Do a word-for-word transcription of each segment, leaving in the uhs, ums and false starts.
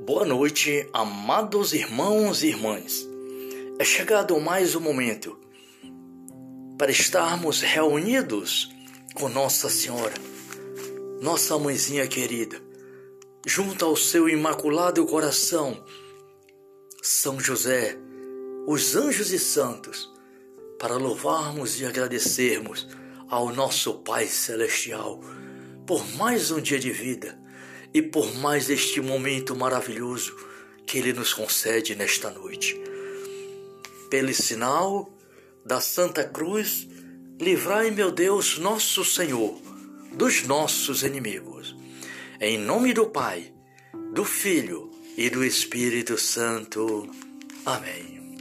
Boa noite, amados irmãos e irmãs. É chegado mais um momento para estarmos reunidos com Nossa Senhora, nossa mãezinha querida, junto ao seu imaculado coração, São José, os anjos e santos, para louvarmos e agradecermos ao nosso Pai Celestial por mais um dia de vida e por mais este momento maravilhoso que Ele nos concede nesta noite. Pelo sinal da Santa Cruz, livrai, meu Deus, nosso Senhor, dos nossos inimigos. Em nome do Pai, do Filho e do Espírito Santo. Amém.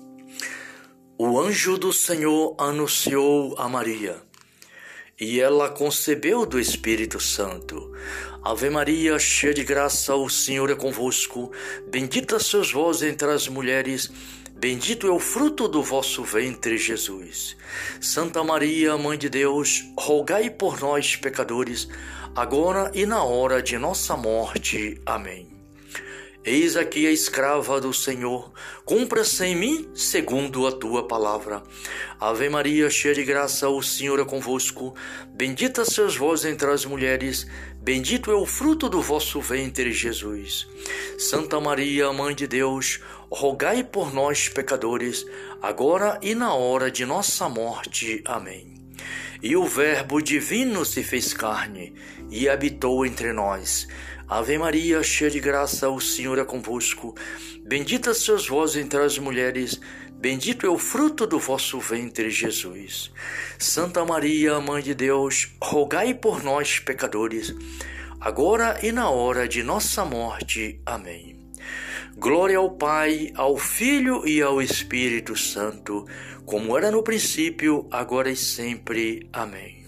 O anjo do Senhor anunciou a Maria, e ela concebeu do Espírito Santo. Ave Maria, cheia de graça, o Senhor é convosco. Bendita sois vós entre as mulheres, bendito é o fruto do vosso ventre, Jesus. Santa Maria, Mãe de Deus, rogai por nós, pecadores, agora e na hora de nossa morte. Amém. Eis aqui a escrava do Senhor, cumpra-se em mim segundo a tua palavra. Ave Maria, cheia de graça, o Senhor é convosco. Bendita sois vós entre as mulheres, bendito é o fruto do vosso ventre, Jesus. Santa Maria, Mãe de Deus, rogai por nós, pecadores, agora e na hora de nossa morte. Amém. E o Verbo divino se fez carne e habitou entre nós. Ave Maria, cheia de graça, o Senhor é convosco. Bendita sois vós entre as mulheres, bendito é o fruto do vosso ventre, Jesus. Santa Maria, Mãe de Deus, rogai por nós, pecadores, agora e na hora de nossa morte. Amém. Glória ao Pai, ao Filho e ao Espírito Santo, como era no princípio, agora e sempre. Amém.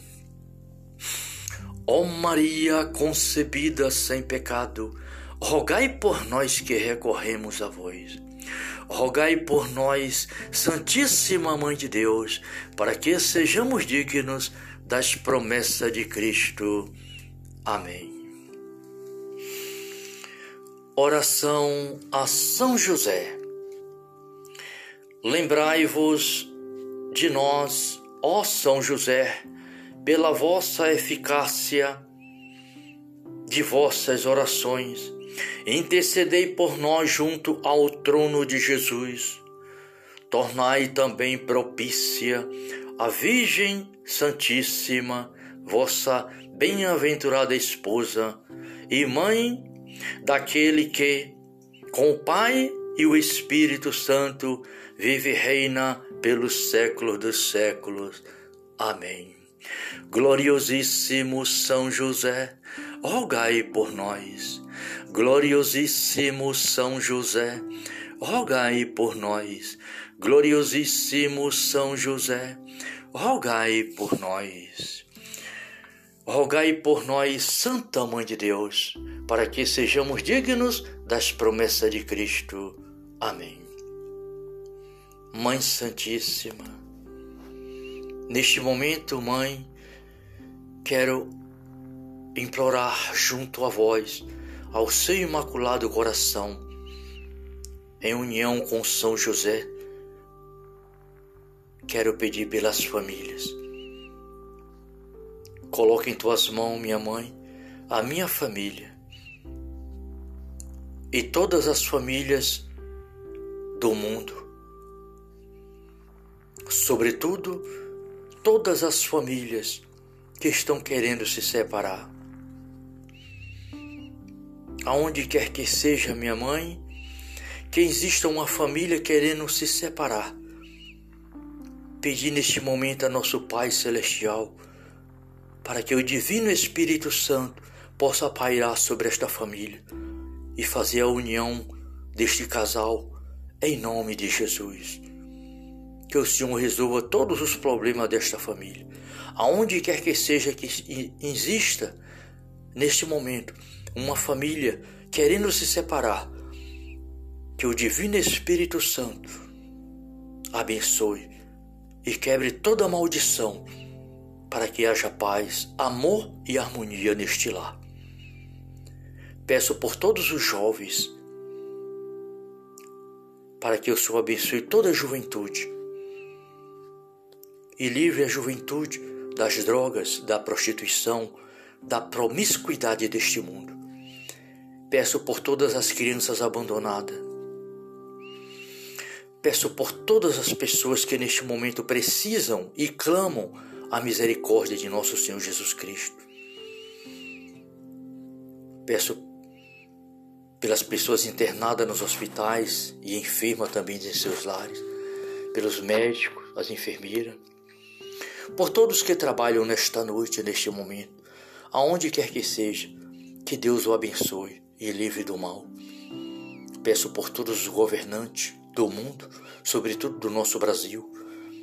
Ó Maria concebida sem pecado, rogai por nós que recorremos a vós. Rogai por nós, Santíssima Mãe de Deus, para que sejamos dignos das promessas de Cristo. Amém. Oração a São José. Lembrai-vos de nós, ó São José, pela vossa eficácia de vossas orações, intercedei por nós junto ao trono de Jesus. Tornai também propícia a Virgem Santíssima, vossa bem-aventurada esposa e mãe daquele que, com o Pai e o Espírito Santo, vive e reina pelos séculos dos séculos. Amém. Gloriosíssimo São José, rogai por nós. Gloriosíssimo São José, rogai por nós. Gloriosíssimo São José, rogai por nós. Rogai por nós, Santa Mãe de Deus, para que sejamos dignos das promessas de Cristo. Amém. Mãe Santíssima, neste momento, Mãe, quero implorar junto a vós, ao seu imaculado coração, em união com São José, quero pedir pelas famílias. Coloque em tuas mãos, minha Mãe, a minha família e todas as famílias do mundo, sobretudo todas as famílias que estão querendo se separar. Aonde quer que seja, minha Mãe, que exista uma família querendo se separar, pedir neste momento a nosso Pai Celestial para que o Divino Espírito Santo possa pairar sobre esta família e fazer a união deste casal em nome de Jesus. Que o Senhor resolva todos os problemas desta família. Aonde quer que seja que exista, neste momento, uma família querendo se separar, que o Divino Espírito Santo abençoe e quebre toda maldição, para que haja paz, amor e harmonia neste lar. Peço por todos os jovens para que o Senhor abençoe toda a juventude e livre a juventude das drogas, da prostituição, da promiscuidade deste mundo. Peço por todas as crianças abandonadas. Peço por todas as pessoas que neste momento precisam e clamam a misericórdia de nosso Senhor Jesus Cristo. Peço pelas pessoas internadas nos hospitais e enfermas também em seus lares, pelos médicos, as enfermeiras, por todos que trabalham nesta noite, neste momento, aonde quer que seja, que Deus o abençoe e livre do mal. Peço por todos os governantes do mundo, sobretudo do nosso Brasil.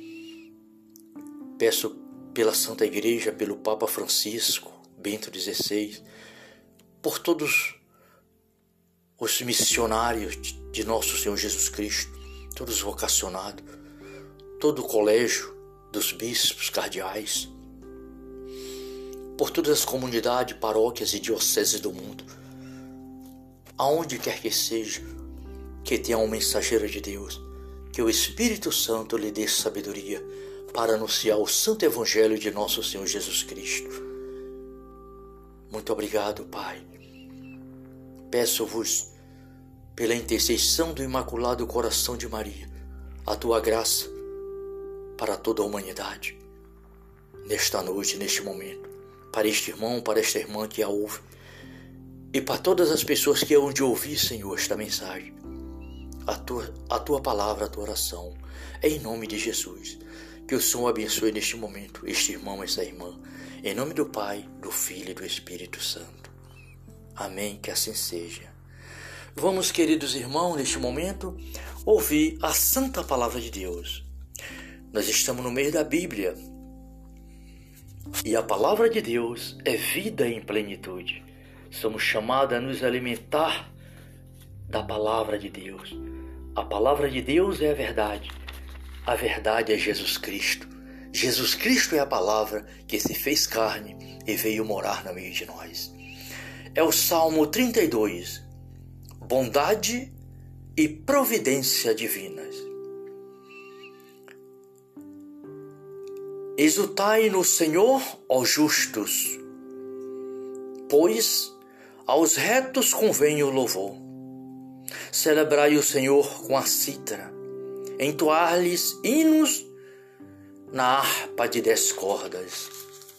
Peço pela Santa Igreja, pelo Papa Francisco, Bento dezesseis, por todos os missionários de nosso Senhor Jesus Cristo, todos os vocacionados, todo o colégio dos bispos cardeais, por todas as comunidades, paróquias e dioceses do mundo, aonde quer que seja, que tenha um mensageiro de Deus, que o Espírito Santo lhe dê sabedoria para anunciar o santo evangelho de nosso Senhor Jesus Cristo. Muito obrigado, Pai. Peço-vos, pela intercessão do Imaculado Coração de Maria, a tua graça para toda a humanidade, nesta noite, neste momento, para este irmão, para esta irmã que a ouve, e para todas as pessoas que hão de ouvir, Senhor, esta mensagem, a tua, a tua palavra, a tua oração, em nome de Jesus. Que o Senhor abençoe neste momento este irmão, esta irmã, em nome do Pai, do Filho e do Espírito Santo. Amém, que assim seja. Vamos, queridos irmãos, neste momento, ouvir a santa palavra de Deus. Nós estamos no meio da Bíblia, e a palavra de Deus é vida em plenitude. Somos chamados a nos alimentar da palavra de Deus. A palavra de Deus é a verdade. A verdade é Jesus Cristo. Jesus Cristo é a palavra que se fez carne e veio morar no meio de nós. É o Salmo trinta e dois. Bondade e providência divinas. Exultai no Senhor, ó justos, pois aos retos convém o louvor. Celebrai o Senhor com a cítara, entoar-lhes hinos na harpa de dez cordas,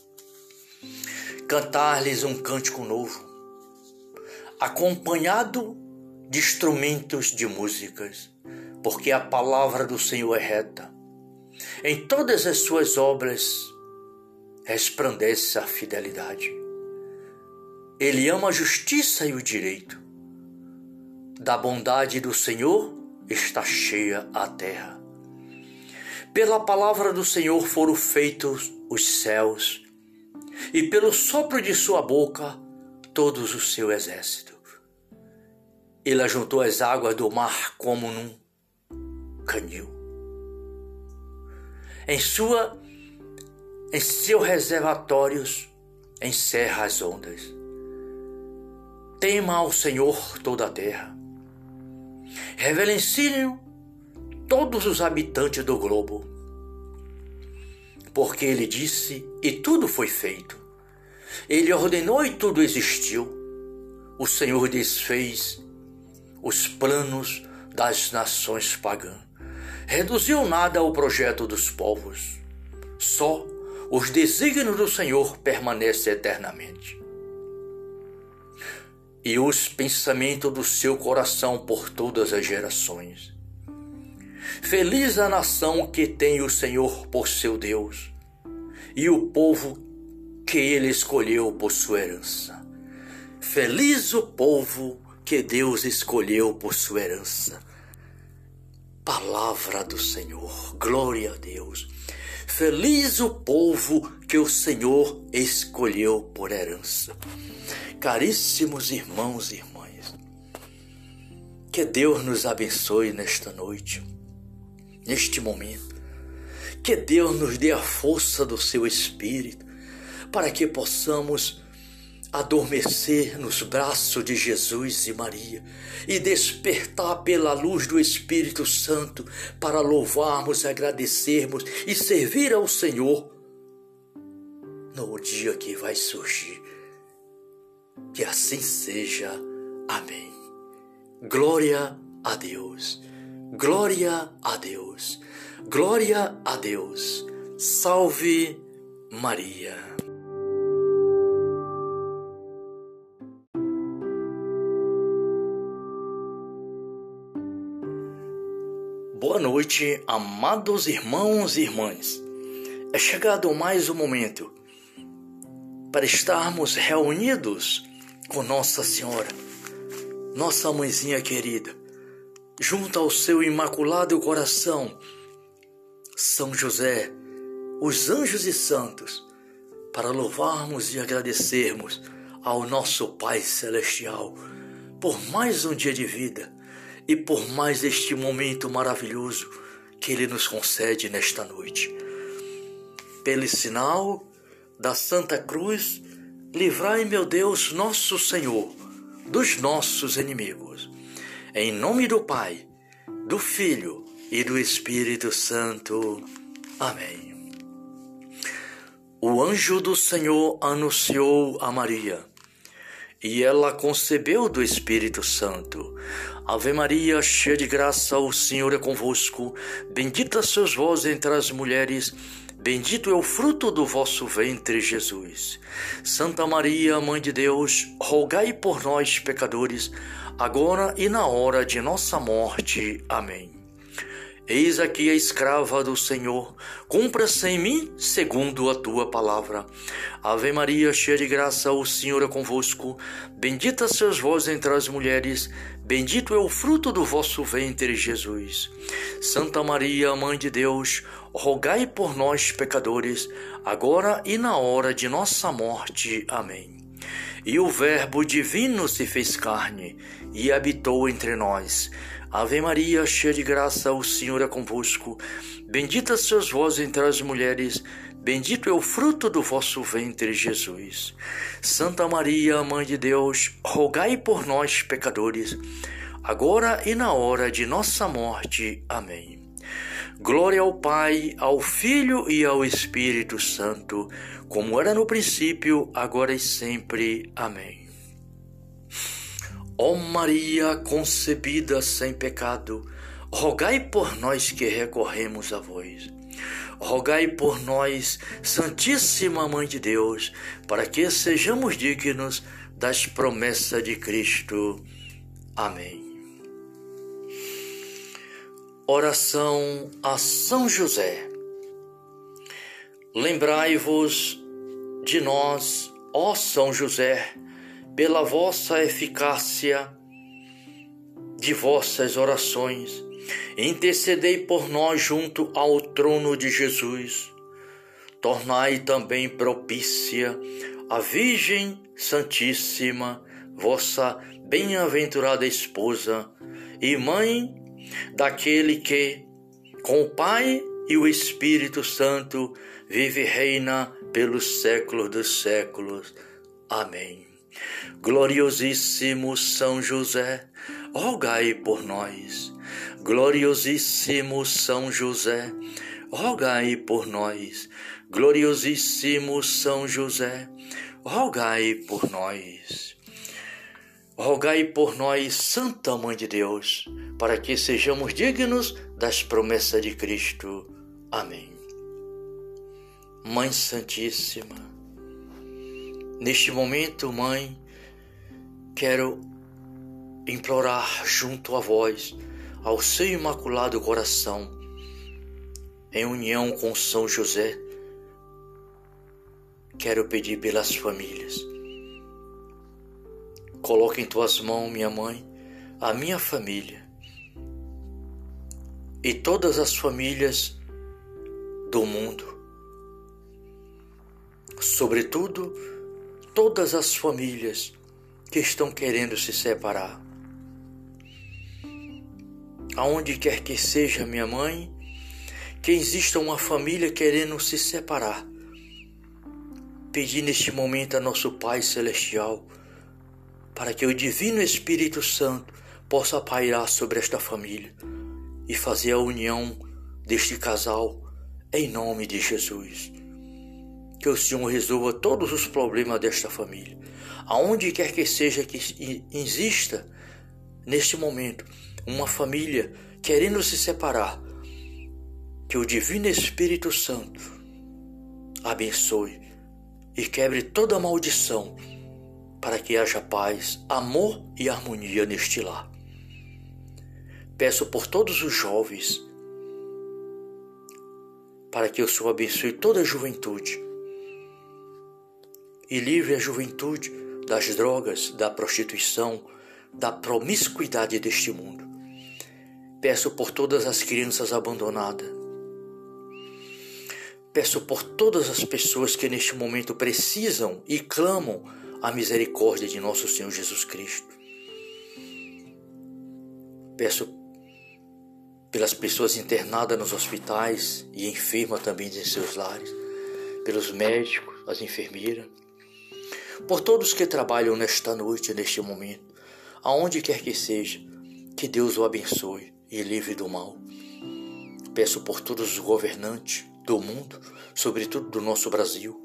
cantar-lhes um cântico novo, acompanhado de instrumentos de músicas, porque a palavra do Senhor é reta. Em todas as suas obras resplandece a fidelidade. Ele ama a justiça e o direito. Da bondade do Senhor está cheia a terra. Pela palavra do Senhor foram feitos os céus, e pelo sopro de sua boca todos o seu exército. Ele ajuntou as águas do mar como num canil. Em sua, em seus reservatórios encerra as ondas. Tema ao Senhor toda a terra. Reverenciem todos os habitantes do globo. Porque ele disse e tudo foi feito. Ele ordenou e tudo existiu. O Senhor desfez os planos das nações pagãs. Reduziu nada ao projeto dos povos. Só os desígnios do Senhor permanecem eternamente. E os pensamentos do seu coração por todas as gerações. Feliz a nação que tem o Senhor por seu Deus, e o povo que ele escolheu por sua herança. Feliz o povo que Deus escolheu por sua herança. Palavra do Senhor, glória a Deus. Feliz o povo que o Senhor escolheu por herança. Caríssimos irmãos e irmãs, que Deus nos abençoe nesta noite, neste momento. Que Deus nos dê a força do seu Espírito para que possamos adormecer nos braços de Jesus e Maria e despertar pela luz do Espírito Santo para louvarmos, agradecermos e servir ao Senhor no dia que vai surgir. Que assim seja. Amém. Glória a Deus. Glória a Deus. Glória a Deus. Salve Maria. Boa noite, amados irmãos e irmãs. É chegado mais um momento para estarmos reunidos com Nossa Senhora, nossa mãezinha querida, junto ao seu imaculado coração, São José, os anjos e santos, para louvarmos e agradecermos ao nosso Pai Celestial por mais um dia de vida e por mais este momento maravilhoso que Ele nos concede nesta noite. Pelo sinal da Santa Cruz, livrai, meu Deus, nosso Senhor, dos nossos inimigos. Em nome do Pai, do Filho e do Espírito Santo. Amém. O anjo do Senhor anunciou a Maria, e ela concebeu do Espírito Santo. Ave Maria, cheia de graça, o Senhor é convosco. Bendita sois vós entre as mulheres, bendito é o fruto do vosso ventre, Jesus. Santa Maria, Mãe de Deus, rogai por nós, pecadores, agora e na hora de nossa morte. Amém. Eis aqui a escrava do Senhor, cumpra-se em mim segundo a tua palavra. Ave Maria, cheia de graça, o Senhor é convosco. Bendita sois vós entre as mulheres, bendito é o fruto do vosso ventre, Jesus. Santa Maria, Mãe de Deus, rogai por nós, pecadores, agora e na hora de nossa morte. Amém. E o Verbo divino se fez carne e habitou entre nós. Ave Maria, cheia de graça, o Senhor é convosco. Bendita sois vós entre as mulheres, bendito é o fruto do vosso ventre, Jesus. Santa Maria, Mãe de Deus, rogai por nós, pecadores, agora e na hora de nossa morte. Amém. Glória ao Pai, ao Filho e ao Espírito Santo, como era no princípio, agora e sempre. Amém. Ó Maria concebida sem pecado, rogai por nós que recorremos a vós. Rogai por nós, Santíssima Mãe de Deus, para que sejamos dignos das promessas de Cristo. Amém. Oração a São José. Lembrai-vos de nós, ó São José, pela vossa eficácia de vossas orações, intercedei por nós junto ao trono de Jesus. Tornai também propícia a Virgem Santíssima, vossa bem-aventurada esposa e mãe daquele que, com o Pai e o Espírito Santo, vive e reina pelos séculos dos séculos. Amém. Gloriosíssimo São José, rogai por nós. Gloriosíssimo São José, rogai por nós. Gloriosíssimo São José, rogai por nós. Rogai por nós, Santa Mãe de Deus, para que sejamos dignos das promessas de Cristo. Amém. Mãe Santíssima, neste momento, Mãe, quero implorar junto a vós, ao seu imaculado coração, em união com São José, quero pedir pelas famílias. Coloque em tuas mãos, minha Mãe, a minha família e todas as famílias do mundo, sobretudo todas as famílias que estão querendo se separar. Aonde quer que seja, minha Mãe, que exista uma família querendo se separar, pedir neste momento a nosso Pai Celestial para que o Divino Espírito Santo possa pairar sobre esta família e fazer a união deste casal em nome de Jesus. Que o Senhor resolva todos os problemas desta família, aonde quer que seja que exista neste momento uma família querendo se separar, que o Divino Espírito Santo abençoe e quebre toda maldição para que haja paz, amor e harmonia neste lar. Peço por todos os jovens para que o Senhor abençoe toda a juventude e livre a juventude das drogas, da prostituição, da promiscuidade deste mundo. Peço por todas as crianças abandonadas. Peço por todas as pessoas que neste momento precisam e clamam a misericórdia de nosso Senhor Jesus Cristo. Peço pelas pessoas internadas nos hospitais e enfermas também em seus lares, pelos médicos, as enfermeiras, por todos que trabalham nesta noite, neste momento, aonde quer que seja, que Deus o abençoe e livre do mal. Peço por todos os governantes do mundo, sobretudo do nosso Brasil.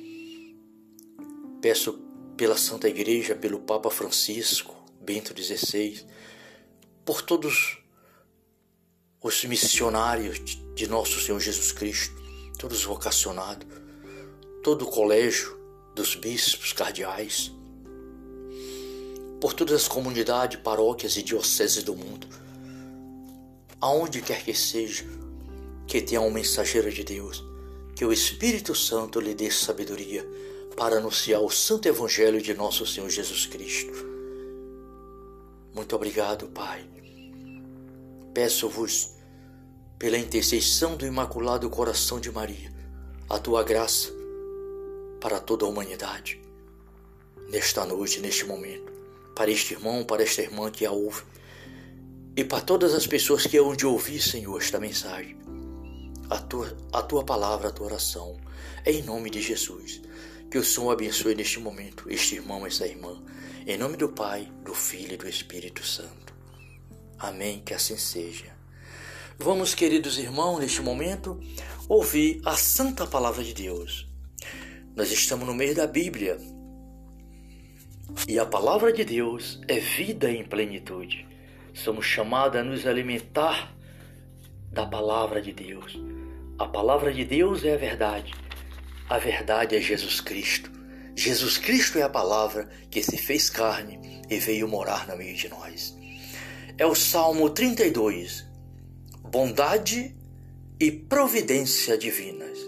Peço pela Santa Igreja, pelo Papa Francisco, Bento dezesseis, por todos os missionários de nosso Senhor Jesus Cristo, todos os vocacionados, todo o colégio dos bispos cardeais, por todas as comunidades, paróquias e dioceses do mundo, aonde quer que seja, que tenha um mensageiro de Deus, que o Espírito Santo lhe dê sabedoria para anunciar o santo evangelho de nosso Senhor Jesus Cristo. Muito obrigado, Pai. Peço-vos, pela intercessão do Imaculado Coração de Maria, a tua graça para toda a humanidade, nesta noite, neste momento, para este irmão, para esta irmã que a ouve, e para todas as pessoas que hão de ouvir, Senhor, esta mensagem, a tua, a tua palavra, a tua oração, em nome de Jesus. Que o Senhor abençoe neste momento este irmão, esta irmã, em nome do Pai, do Filho e do Espírito Santo. Amém, que assim seja. Vamos, queridos irmãos, neste momento, ouvir a santa palavra de Deus. Nós estamos no meio da Bíblia, e a palavra de Deus é vida em plenitude. Somos chamados a nos alimentar da palavra de Deus. A palavra de Deus é a verdade. A verdade é Jesus Cristo. Jesus Cristo é a palavra que se fez carne e veio morar no meio de nós. É o Salmo trinta e dois. Bondade e providência divinas.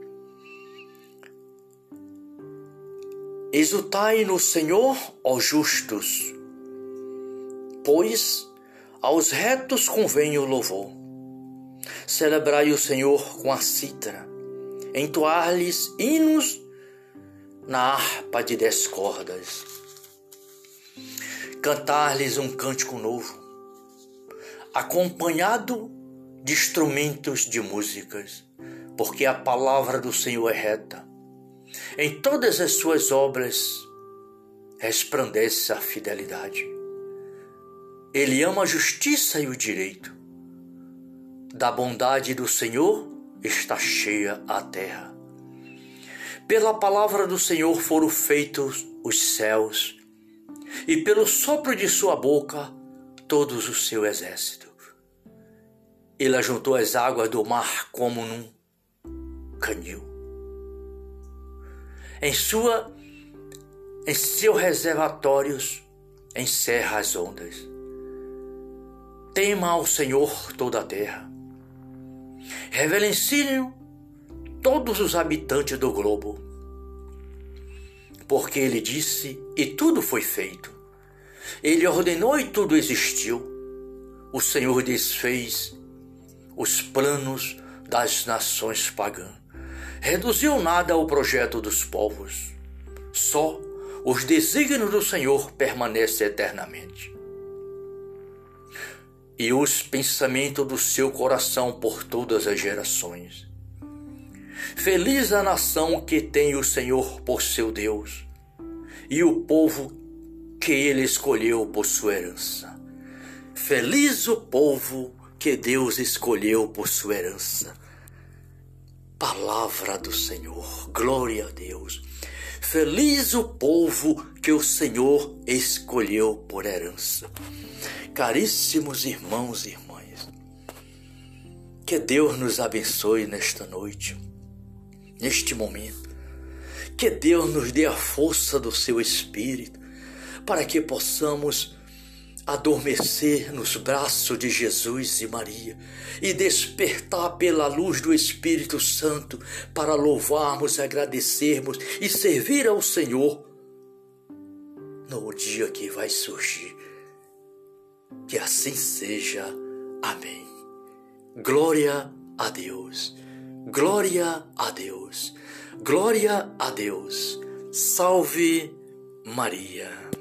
Exultai no Senhor, ó justos, pois aos retos convém o louvor. Celebrai o Senhor com a cítara, entoar-lhes hinos na harpa de dez cordas, cantar-lhes um cântico novo, acompanhado de instrumentos de músicas, porque a palavra do Senhor é reta. Em todas as suas obras resplandece a fidelidade. Ele ama a justiça e o direito. Da bondade do Senhor está cheia a terra. Pela palavra do Senhor foram feitos os céus, e pelo sopro de sua boca todos o seu exército. Ele ajuntou as águas do mar como num canil. Em sua, em seus reservatórios encerra as ondas. Tema ao Senhor toda a terra. Reverenciem todos os habitantes do globo. Porque ele disse e tudo foi feito. Ele ordenou e tudo existiu. O Senhor desfez os planos das nações pagãs. Reduziu nada ao projeto dos povos. Só os desígnios do Senhor permanecem eternamente. E os pensamentos do seu coração por todas as gerações. Feliz a nação que tem o Senhor por seu Deus, e o povo que ele escolheu por sua herança. Feliz o povo que Deus escolheu por sua herança. Palavra do Senhor, glória a Deus. Feliz o povo que o Senhor escolheu por herança. Caríssimos irmãos e irmãs, que Deus nos abençoe nesta noite, neste momento. Que Deus nos dê a força do seu Espírito para que possamos adormecer nos braços de Jesus e Maria e despertar pela luz do Espírito Santo para louvarmos, agradecermos e servir ao Senhor no dia que vai surgir. Que assim seja. Amém. Glória a Deus. Glória a Deus. Glória a Deus. Salve Maria.